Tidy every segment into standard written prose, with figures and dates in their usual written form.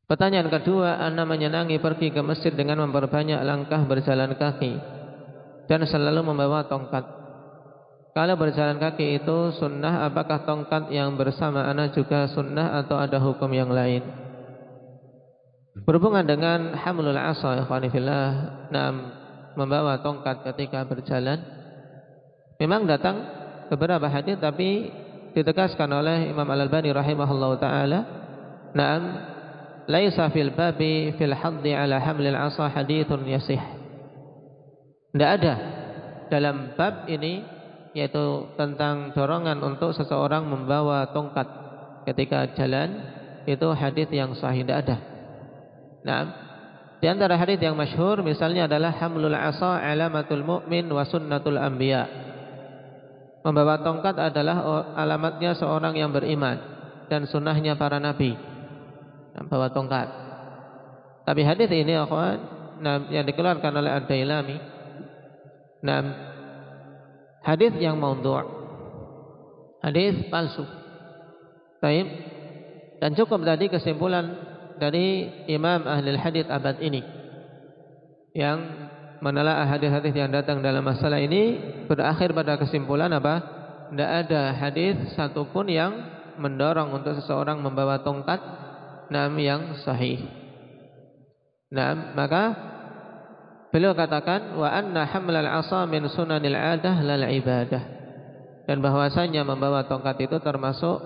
Pertanyaan kedua, ana menyenangi pergi ke masjid dengan memperbanyak langkah berjalan kaki dan selalu membawa tongkat. Kalau berjalan kaki itu sunnah, apakah tongkat yang bersama ana juga sunnah atau ada hukum yang lain? Berhubungan dengan hamlul asa, ikhwani fillah, membawa tongkat ketika berjalan, memang datang beberapa hadis, tapi ditegaskan oleh Imam Al-Albani rahimahullahu taala, laisa fil babi fil haddi ala hamlil asa hadithun yasih. Tidak ada dalam bab ini, yaitu tentang dorongan untuk seseorang membawa tongkat ketika jalan, itu hadis yang sahih, tidak ada. Nah, di antara hadis yang masyhur misalnya adalah hamlul asa alamatul mu'min wa sunnatul anbiya. Membawa tongkat adalah alamatnya seorang yang beriman dan sunnahnya para nabi. Bawa tongkat. Tapi hadis ini akhwan, yang dikeluarkan oleh Ad-Dailami, hadis yang maudhu', hadis palsu. Baik. Dan cukup tadi kesimpulan dari Imam Ahlul Hadis abad ini yang menelaah hadis-hadis yang datang dalam masalah ini, berakhir pada kesimpulan apa? Tidak ada hadis satupun yang mendorong untuk seseorang membawa tongkat yang sahih. Maka beliau katakan wa anna hamlal asa min sunanil adah lal ibadah, dan bahwasanya membawa tongkat itu termasuk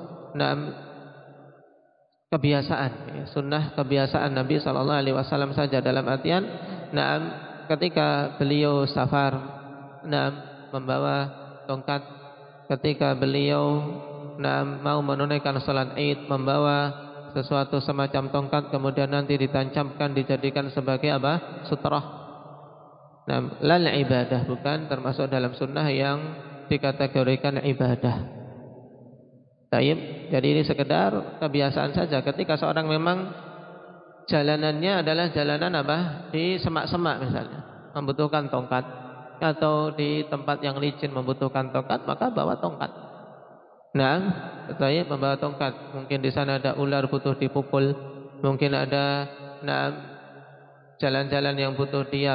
kebiasaan, sunnah kebiasaan Nabi sallallahu alaihi wasallam saja, dalam artian ketika beliau safar membawa tongkat, ketika beliau mau menunaikan salat Id membawa sesuatu semacam tongkat, kemudian nanti ditancapkan, dijadikan sebagai apa? Sutrah. Lal ibadah, bukan termasuk dalam sunnah yang dikategorikan ibadah. Taib. Jadi ini sekedar kebiasaan saja. Ketika seorang memang jalanannya adalah jalanan apa? Di semak-semak misalnya, membutuhkan tongkat, atau di tempat yang licin membutuhkan tongkat, maka bawa tongkat. Saya membawa tongkat. Mungkin di sana ada ular butuh dipukul, mungkin ada jalan-jalan yang butuh dia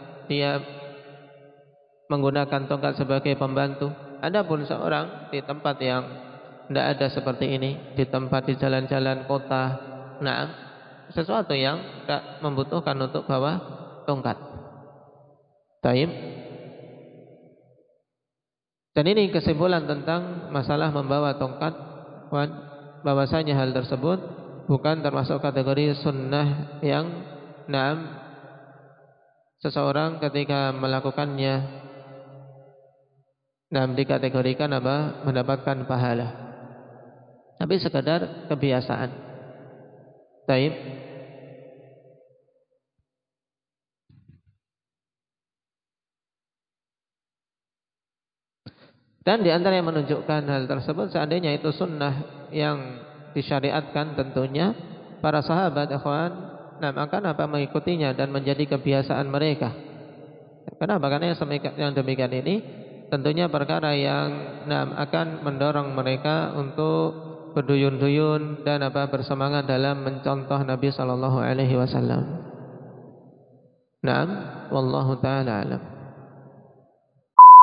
menggunakan tongkat sebagai pembantu. Adapun seorang di tempat yang tidak ada seperti ini, di tempat di jalan-jalan kota, sesuatu yang tidak membutuhkan untuk bawa tongkat. Taib. Dan ini kesimpulan tentang masalah membawa tongkat, bahwasanya hal tersebut bukan termasuk kategori sunnah yang seseorang ketika melakukannya dikategorikan apa? Mendapatkan pahala, tapi sekadar kebiasaan. Taib. Dan di antara yang menunjukkan hal tersebut, seandainya itu sunnah yang disyariatkan, tentunya para sahabat ikhwan akan mengikutinya dan menjadi kebiasaan mereka. Kenapa? Karena yang demikian ini tentunya perkara yang akan mendorong mereka untuk berduyun-duyun dan bersemangat dalam mencontoh Nabi sallallahu alaihi wasallam. Wallahu taala alam.